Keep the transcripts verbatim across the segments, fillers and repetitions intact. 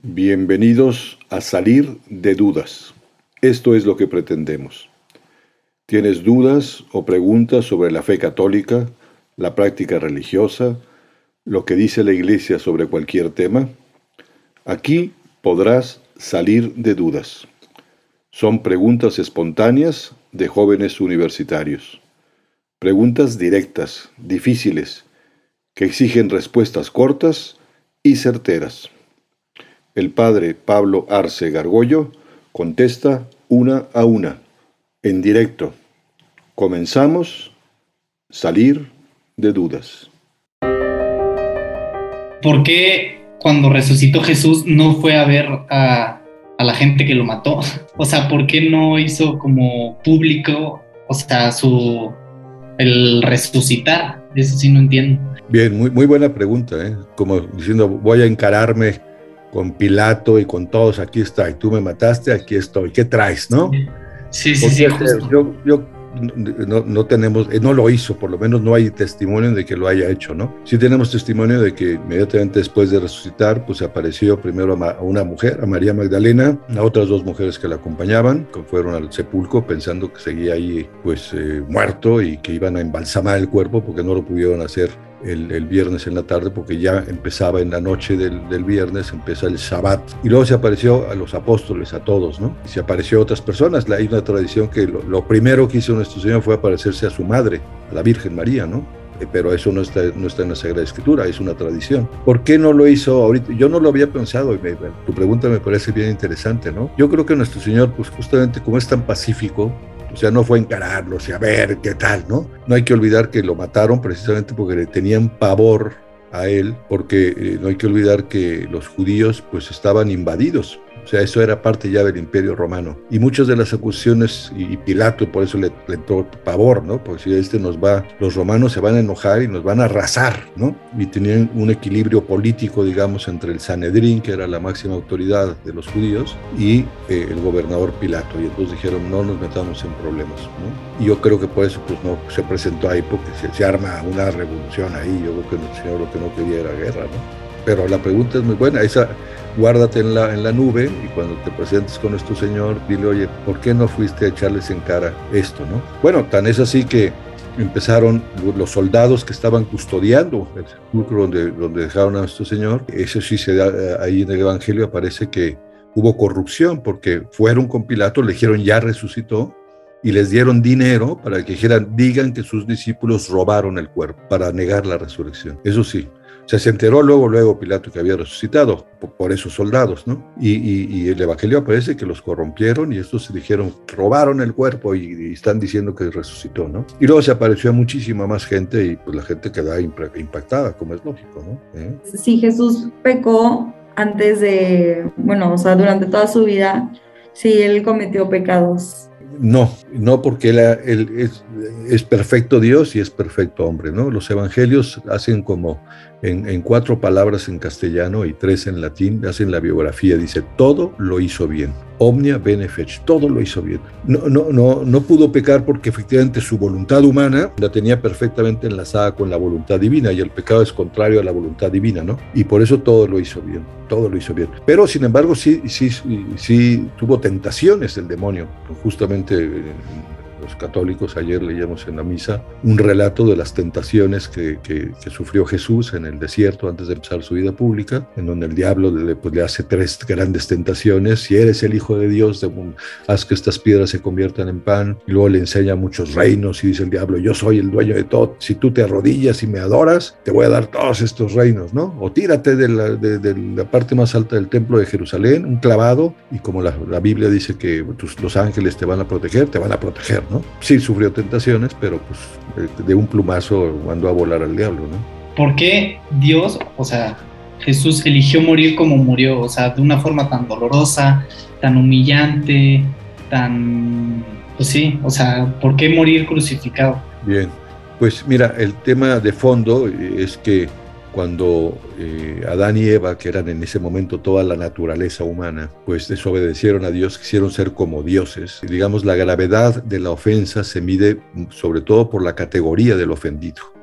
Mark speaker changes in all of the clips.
Speaker 1: Bienvenidos a Salir de Dudas. Esto es lo que pretendemos. ¿Tienes dudas o preguntas sobre la fe católica, la práctica religiosa, lo que dice la Iglesia sobre cualquier tema? Aquí podrás salir de dudas. Son preguntas espontáneas de jóvenes universitarios. Preguntas directas, difíciles, que exigen respuestas cortas y certeras. El padre Pablo Arce Gargollo contesta una a una, en directo. Comenzamos. Salir de dudas.
Speaker 2: ¿Por qué cuando resucitó Jesús no fue a ver a, a la gente que lo mató? O sea, ¿por qué no hizo como público, o sea, su el resucitar? Eso sí no entiendo.
Speaker 1: Bien, muy, muy buena pregunta, ¿eh? Como diciendo, voy a encararme con Pilato y con todos, aquí está, y tú me mataste, aquí estoy, ¿qué traes, no?
Speaker 2: Sí, sí, sí, justo.
Speaker 1: Yo, yo no, no tenemos, no lo hizo, por lo menos no hay testimonio de que lo haya hecho, ¿no? Sí tenemos testimonio de que inmediatamente después de resucitar, pues apareció primero a una mujer, a María Magdalena, a otras dos mujeres que la acompañaban, que fueron al sepulcro pensando que seguía ahí, pues, eh, muerto y que iban a embalsamar el cuerpo porque no lo pudieron hacer El, el viernes en la tarde, porque ya empezaba en la noche del, del viernes, empieza el Shabbat. Y luego se apareció a los apóstoles, a todos, ¿no? Y se apareció a otras personas. Hay una tradición que lo, lo primero que hizo nuestro Señor fue aparecerse a su madre, a la Virgen María, ¿no? Pero eso no está, no está en la Sagrada Escritura, es una tradición. ¿Por qué no lo hizo ahorita? Yo no lo había pensado y me, tu pregunta me parece bien interesante, ¿no? Yo creo que nuestro Señor, pues justamente como es tan pacífico, o sea, no fue a encararlos y a ver qué tal, ¿no? No hay que olvidar que lo mataron precisamente porque le tenían pavor a él, porque eh, no hay que olvidar que los judíos pues estaban invadidos. O sea, eso era parte ya del Imperio Romano. Y muchas de las acusaciones, y Pilato por eso le, le entró pavor, ¿no? Porque si este nos va, los romanos se van a enojar y nos van a arrasar, ¿no? Y tenían un equilibrio político, digamos, entre el Sanedrín, que era la máxima autoridad de los judíos, y eh, el gobernador Pilato. Y entonces dijeron, no nos metamos en problemas, ¿no? Y yo creo que por eso, pues, no se presentó ahí, porque se, se arma una revolución ahí. Yo creo que el Señor lo que no quería era guerra, ¿no? Pero la pregunta es muy buena, esa guárdate en la, en la nube y cuando te presentes con nuestro Señor, dile, oye, ¿por qué no fuiste a echarles en cara esto, no? Bueno, tan es así que empezaron los soldados que estaban custodiando el sepulcro donde, donde dejaron a nuestro Señor. Eso sí se da, ahí en el Evangelio aparece que hubo corrupción porque fueron con Pilato, le dijeron ya resucitó y les dieron dinero para que dijeran, digan que sus discípulos robaron el cuerpo para negar la resurrección. Eso sí. O sea, se enteró luego, luego Pilato que había resucitado por, por esos soldados, ¿no? Y, y, y el Evangelio aparece que los corrompieron y estos se dijeron, robaron el cuerpo y, y están diciendo que resucitó, ¿no? Y luego se apareció a muchísima más gente y pues la gente queda impactada, como es lógico, ¿no? ¿Eh?
Speaker 3: Si Jesús pecó antes de, bueno, o sea, durante toda su vida, sí, él cometió pecados.
Speaker 1: No, no porque él, él es, es perfecto Dios y es perfecto hombre, ¿no? Los evangelios hacen como en, en cuatro palabras en castellano y tres en latín, hacen la biografía, dice, todo lo hizo bien, omnia bene fecit, todo lo hizo bien. No, no, no, no pudo pecar porque efectivamente su voluntad humana la tenía perfectamente enlazada con la voluntad divina y el pecado es contrario a la voluntad divina, ¿no? Y por eso todo lo hizo bien, todo lo hizo bien. Pero sin embargo sí, sí, sí, sí tuvo tentaciones el demonio, justamente los católicos, ayer leíamos en la misa un relato de las tentaciones que, que, que sufrió Jesús en el desierto antes de empezar su vida pública, en donde el diablo le, pues, le hace tres grandes tentaciones. Si eres el Hijo de Dios, de un, haz que estas piedras se conviertan en pan. Y luego le enseña muchos reinos y dice el diablo, yo soy el dueño de todo. Si tú te arrodillas y me adoras, te voy a dar todos estos reinos, ¿no? O tírate de la, de, de la parte más alta del templo de Jerusalén, un clavado, y como la, la Biblia dice que tus, los ángeles te van a proteger, te van a proteger, ¿no? Sí sufrió tentaciones, pero pues de un plumazo mandó a volar al diablo, ¿no?
Speaker 2: ¿Por qué Dios, o sea, Jesús eligió morir como murió? O sea, de una forma tan dolorosa, tan humillante, tan... Pues sí, o sea, ¿por qué morir crucificado?
Speaker 1: Bien, pues mira, el tema de fondo es que cuando eh, Adán y Eva, que eran en ese momento toda la naturaleza humana, pues desobedecieron a Dios, quisieron ser como dioses. Y digamos, la gravedad de la ofensa se mide sobre todo por la categoría del ofendido.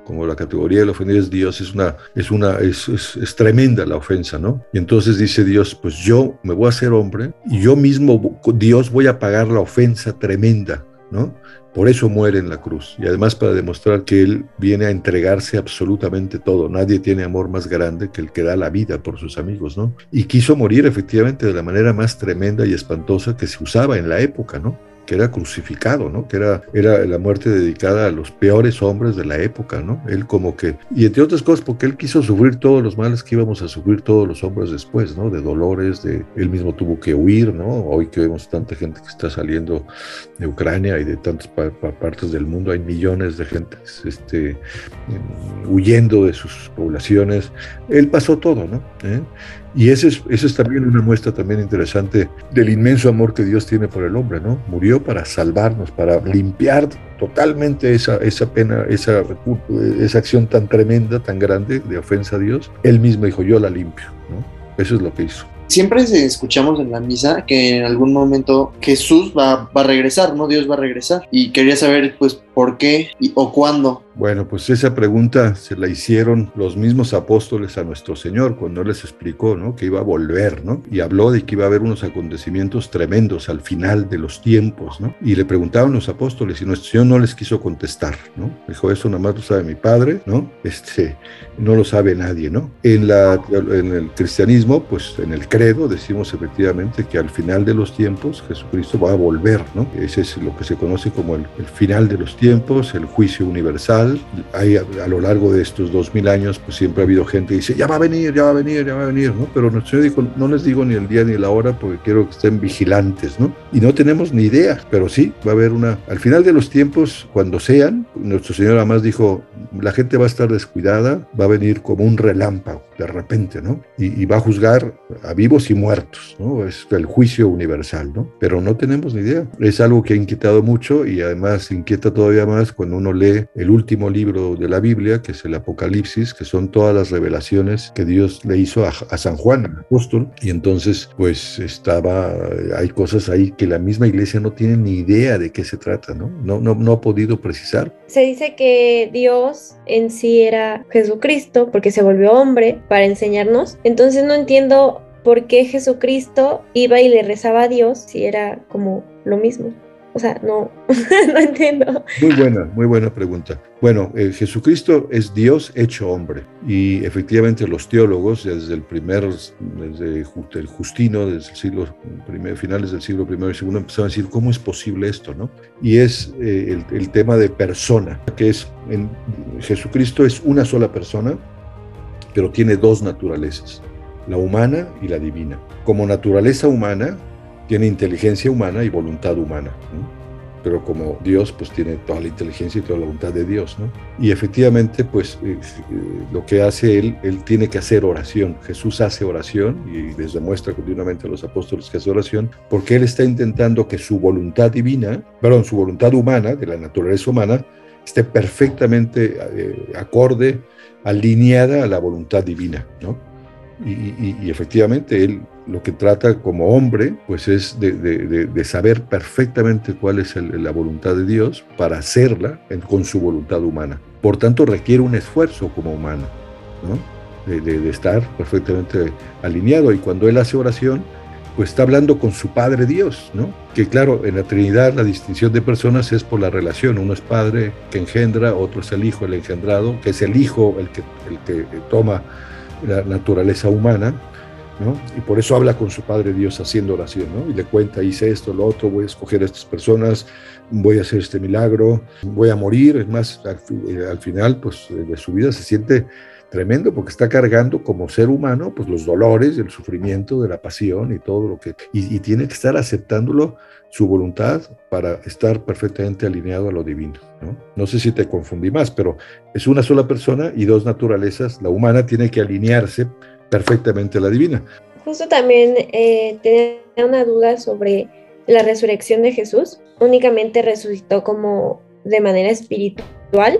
Speaker 1: como la categoría del ofendido es Dios, es una, es una, es, es, es tremenda la ofensa, ¿no? Y entonces dice Dios, pues yo me voy a hacer hombre y yo mismo, Dios, voy a pagar la ofensa tremenda, ¿no? Por eso muere en la cruz, y además para demostrar que Él viene a entregarse absolutamente todo. Nadie tiene amor más grande que el que da la vida por sus amigos, ¿no? Y quiso morir efectivamente de la manera más tremenda y espantosa que se usaba en la época, ¿no? Que era crucificado, ¿no? Que era, era la muerte dedicada a los peores hombres de la época, ¿no? Él como que, y entre otras cosas porque él quiso sufrir todos los males que íbamos a sufrir todos los hombres después, ¿no? De dolores, de, él mismo tuvo que huir, ¿no? Hoy que vemos tanta gente que está saliendo de Ucrania y de tantas pa pa partes del mundo, hay millones de gente este, huyendo de sus poblaciones. Él pasó todo, ¿no? ¿Eh? Y esa es, ese es también una muestra también interesante del inmenso amor que Dios tiene por el hombre, ¿no? Murió para salvarnos, para limpiar totalmente esa, esa pena, esa, esa acción tan tremenda, tan grande de ofensa a Dios. Él mismo dijo, yo la limpio, ¿no? Eso es lo que hizo.
Speaker 4: Siempre escuchamos en la misa que en algún momento Jesús va, va a regresar, ¿no? Dios va a regresar. Y quería saber, pues, por qué y, o cuándo.
Speaker 1: Bueno, pues esa pregunta se la hicieron los mismos apóstoles a nuestro Señor cuando Él les explicó, ¿no? Que iba a volver, ¿no? Y habló de que iba a haber unos acontecimientos tremendos al final de los tiempos, ¿no? Y le preguntaban los apóstoles y nuestro Señor no les quiso contestar, ¿no? Dijo, eso nada más lo sabe mi Padre, ¿no? Este, no lo sabe nadie, ¿no? En, la, en el cristianismo, pues en el credo decimos efectivamente que al final de los tiempos Jesucristo va a volver, ¿no? Ese es lo que se conoce como el, el final de los tiempos, el juicio universal. Hay, a, a lo largo de estos dos mil años, pues siempre ha habido gente que dice, ya va a venir, ya va a venir, ya va a venir, ¿no? Pero nuestro Señor dijo, no les digo ni el día ni la hora porque quiero que estén vigilantes, ¿no? Y no tenemos ni idea, pero sí, va a haber una, al final de los tiempos, cuando sean, nuestro Señor además dijo, la gente va a estar descuidada, va a venir como un relámpago, de repente, ¿no? Y, y va a juzgar a vivos y muertos, ¿no? Es el juicio universal, ¿no? Pero no tenemos ni idea. Es algo que ha inquietado mucho y además inquieta todavía más cuando uno lee el último libro de la Biblia, que es el Apocalipsis, que son todas las revelaciones que Dios le hizo a, a San Juan, el apóstol, y entonces, pues, estaba, hay cosas ahí que la misma iglesia no tiene ni idea de qué se trata, ¿no? No, no, no ha podido precisar.
Speaker 5: Se dice que Dios en sí era Jesucristo, porque se volvió hombre para enseñarnos. Entonces no entiendo por qué Jesucristo iba y le rezaba a Dios si era como lo mismo. O sea, no, no entiendo.
Speaker 1: Muy buena, muy buena pregunta. Bueno, eh, Jesucristo es Dios hecho hombre y efectivamente los teólogos desde el primer, desde el Justino, desde el siglo primer, finales del siglo primero y segundo empezaron a decir ¿cómo es posible esto, no? Y es eh, el, el tema de persona, que es, en, Jesucristo es una sola persona, pero tiene dos naturalezas, la humana y la divina. Como naturaleza humana, tiene inteligencia humana y voluntad humana, ¿no? Pero como Dios, pues tiene toda la inteligencia y toda la voluntad de Dios, ¿no? Y efectivamente, pues eh, lo que hace Él, Él tiene que hacer oración. Jesús hace oración y les demuestra continuamente a los apóstoles que hace oración, porque Él está intentando que su voluntad divina, perdón, su voluntad humana, de la naturaleza humana, esté perfectamente eh, acorde, alineada a la voluntad divina, ¿no? Y, y, y efectivamente Él lo que trata como hombre, pues es de, de, de, de saber perfectamente cuál es el, la voluntad de Dios para hacerla en, con su voluntad humana. Por tanto, requiere un esfuerzo como humano, ¿no? De, de, de estar perfectamente alineado. Y cuando Él hace oración, pues está hablando con su Padre Dios, ¿no? Que claro, en la Trinidad la distinción de personas es por la relación. Uno es Padre que engendra, otro es el Hijo, el engendrado, que es el Hijo el que, el que toma la naturaleza humana, ¿no? Y por eso habla con su Padre Dios haciendo oración, ¿no? Y le cuenta, hice esto, lo otro, voy a escoger a estas personas, voy a hacer este milagro, voy a morir. Es más, al, al final pues, de su vida se siente tremendo porque está cargando como ser humano pues, los dolores, el sufrimiento de la pasión y todo lo que... Y, y tiene que estar aceptándolo, su voluntad, para estar perfectamente alineado a lo divino, ¿no? No sé si te confundí más, pero es una sola persona y dos naturalezas. La humana tiene que alinearse perfectamente a la divina.
Speaker 5: Justo también eh, tenía una duda sobre la resurrección de Jesús. Únicamente resucitó como de manera espiritual,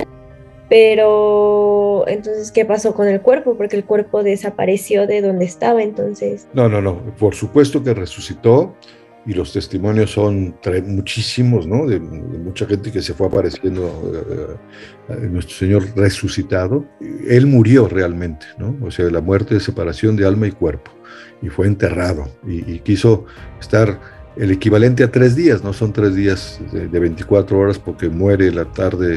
Speaker 5: pero entonces, ¿qué pasó con el cuerpo? Porque el cuerpo desapareció de donde estaba, entonces...
Speaker 1: No, no, no, por supuesto que resucitó, y los testimonios son tre- muchísimos, ¿no? De, de mucha gente que se fue apareciendo uh, uh, nuestro Señor resucitado. Él murió realmente, ¿no? O sea, la muerte de separación de alma y cuerpo, y fue enterrado, y, y quiso estar el equivalente a tres días, no son tres días de, de veinticuatro horas, porque muere la tarde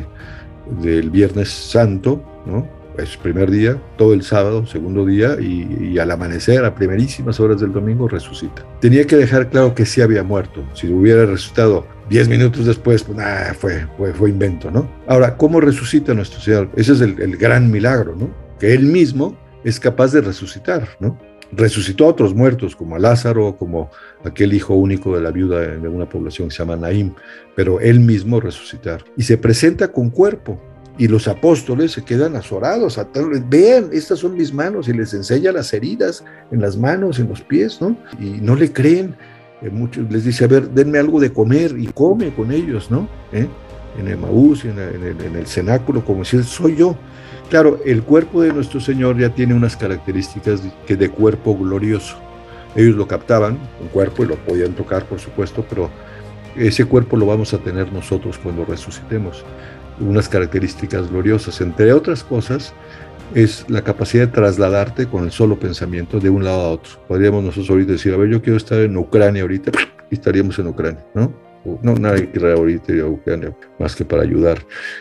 Speaker 1: del Viernes Santo, ¿no? Es primer día, todo el sábado, segundo día, y, y al amanecer, a primerísimas horas del domingo, resucita. Tenía que dejar claro que sí había muerto. Si hubiera resucitado diez minutos después, pues nada, fue, fue, fue invento, ¿no? Ahora, ¿cómo resucita nuestro Señor? Ese es el, el gran milagro, ¿no? Que Él mismo es capaz de resucitar, ¿no? Resucitó a otros muertos, como a Lázaro, como aquel hijo único de la viuda de una población que se llama Naín, pero Él mismo resucitar. Y se presenta con cuerpo. Y los apóstoles se quedan azorados. Vean, estas son mis manos, y les enseña las heridas en las manos, en los pies, ¿no? Y no le creen. Eh, muchos les dice, a ver, denme algo de comer, y come con ellos, ¿no? ¿Eh? En Emaús, en, en, el, en el cenáculo, como decir, soy yo. Claro, el cuerpo de nuestro Señor ya tiene unas características de, que de cuerpo glorioso. Ellos lo captaban, un cuerpo, y lo podían tocar, por supuesto, pero ese cuerpo lo vamos a tener nosotros cuando resucitemos. Unas características gloriosas, entre otras cosas, es la capacidad de trasladarte con el solo pensamiento de un lado a otro. Podríamos nosotros ahorita decir, a ver, yo quiero estar en Ucrania ahorita, y estaríamos en Ucrania, ¿no? No, nadie quiere ahorita ir a Ucrania, más que para ayudar.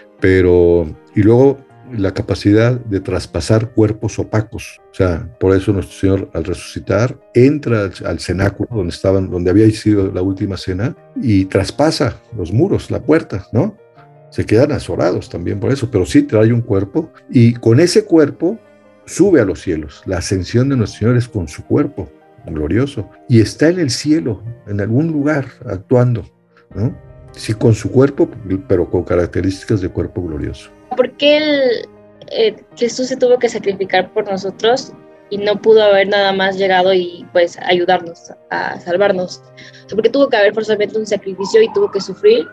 Speaker 1: Pero, y luego, la capacidad de traspasar cuerpos opacos. O sea, por eso nuestro Señor, al resucitar, entra al, al cenáculo donde estaban, donde había sido la última cena, y traspasa los muros, la puerta, ¿no? Se quedan azorados también por eso, pero sí trae un cuerpo, y con ese cuerpo sube a los cielos. La ascensión de nuestro Señor es con su cuerpo glorioso, y está en el cielo, en algún lugar, actuando, ¿no? Sí, con su cuerpo, pero con características de cuerpo glorioso.
Speaker 5: ¿Por qué el, eh, Jesús se tuvo que sacrificar por nosotros y no pudo haber nada más llegado y pues ayudarnos a salvarnos? O sea, ¿por qué tuvo que haber forzosamente un sacrificio y tuvo que sufrir?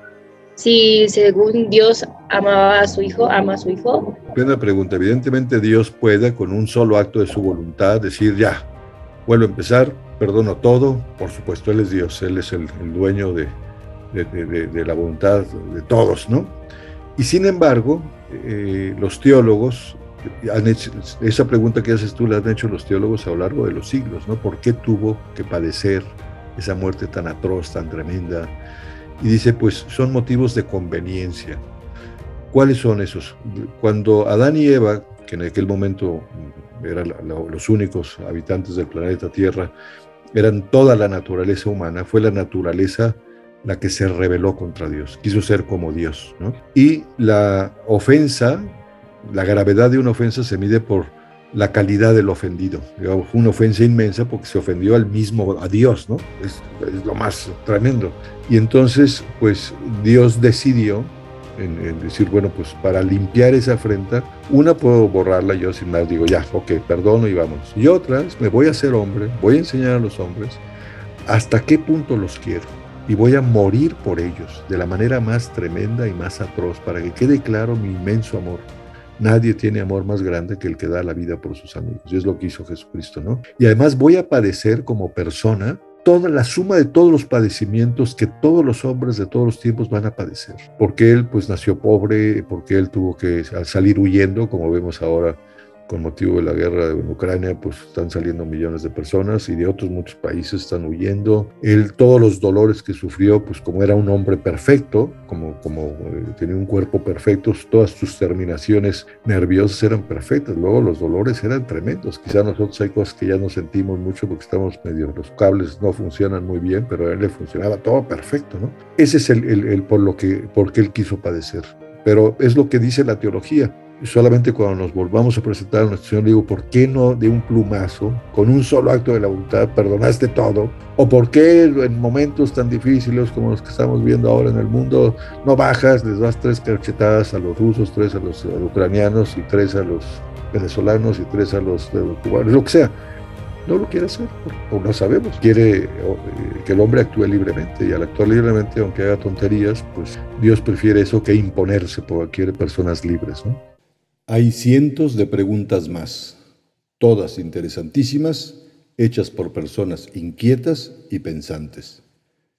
Speaker 5: Si según Dios amaba a su hijo, ama a su hijo.
Speaker 1: Buena pregunta. Evidentemente Dios puede, con un solo acto de su voluntad, decir, ya, vuelvo a empezar, perdono todo. Por supuesto, Él es Dios, Él es el, el dueño de, de, de, de la voluntad de todos, ¿no? Y sin embargo, eh, los teólogos han hecho, esa pregunta que haces tú la han hecho los teólogos a lo largo de los siglos, ¿no? ¿Por qué tuvo que padecer esa muerte tan atroz, tan tremenda? Y dice, pues son motivos de conveniencia. ¿Cuáles son esos? Cuando Adán y Eva, que en aquel momento eran la, la, los únicos habitantes del planeta Tierra, eran toda la naturaleza humana, fue la naturaleza la que se rebeló contra Dios, quiso ser como Dios, ¿no? Y la ofensa, la gravedad de una ofensa se mide por la calidad del ofendido. Digamos, una ofensa inmensa porque se ofendió al mismo, a Dios, ¿no? Es, es lo más tremendo. Y entonces, pues, Dios decidió en, en decir, bueno, pues, para limpiar esa afrenta, una puedo borrarla yo sin más, digo, ya, ok, perdono y vámonos. Y otras, me voy a hacer hombre, voy a enseñar a los hombres hasta qué punto los quiero. Y voy a morir por ellos de la manera más tremenda y más atroz, para que quede claro mi inmenso amor. Nadie tiene amor más grande que el que da la vida por sus amigos. Y es lo que hizo Jesucristo, ¿no? Y además voy a padecer como persona toda la suma de todos los padecimientos que todos los hombres de todos los tiempos van a padecer. Porque Él, pues, nació pobre, porque Él tuvo que salir huyendo, como vemos ahora, con motivo de la guerra en Ucrania, pues están saliendo millones de personas, y de otros muchos países están huyendo. Él, todos los dolores que sufrió, pues como era un hombre perfecto, como, como eh, tenía un cuerpo perfecto, todas sus terminaciones nerviosas eran perfectas. Luego los dolores eran tremendos. Quizá nosotros hay cosas que ya no sentimos mucho porque estamos medio, los cables no funcionan muy bien, pero a él le funcionaba todo perfecto, ¿no? Ese es el, el, el por lo que, porque él quiso padecer. Pero es lo que dice la teología. Solamente cuando nos volvamos a presentar a nuestro Señor, le digo, ¿por qué no de un plumazo, con un solo acto de la voluntad, perdonaste todo? ¿O por qué en momentos tan difíciles como los que estamos viendo ahora en el mundo, no bajas, les das tres cachetadas a los rusos, tres a los, a los ucranianos, y tres a los venezolanos, y tres a los, a los cubanos, lo que sea? No lo quiere hacer, o no sabemos. Quiere que el hombre actúe libremente, y al actuar libremente, aunque haga tonterías, pues Dios prefiere eso que imponerse, porque quiere personas libres, ¿no? Hay cientos de preguntas más, todas interesantísimas, hechas por personas inquietas y pensantes.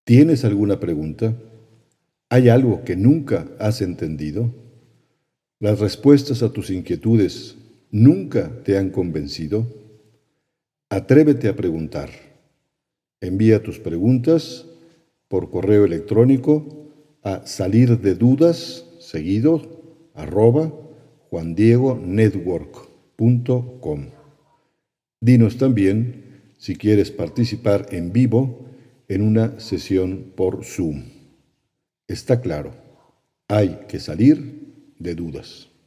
Speaker 1: ¿Tienes alguna pregunta? ¿Hay algo que nunca has entendido? ¿Las respuestas a tus inquietudes nunca te han convencido? Atrévete a preguntar. Envía tus preguntas por correo electrónico a salir de dudas, seguido, arroba juandiegonetwork punto com. Dinos también si quieres participar en vivo en una sesión por Zoom. Está claro, hay que salir de dudas.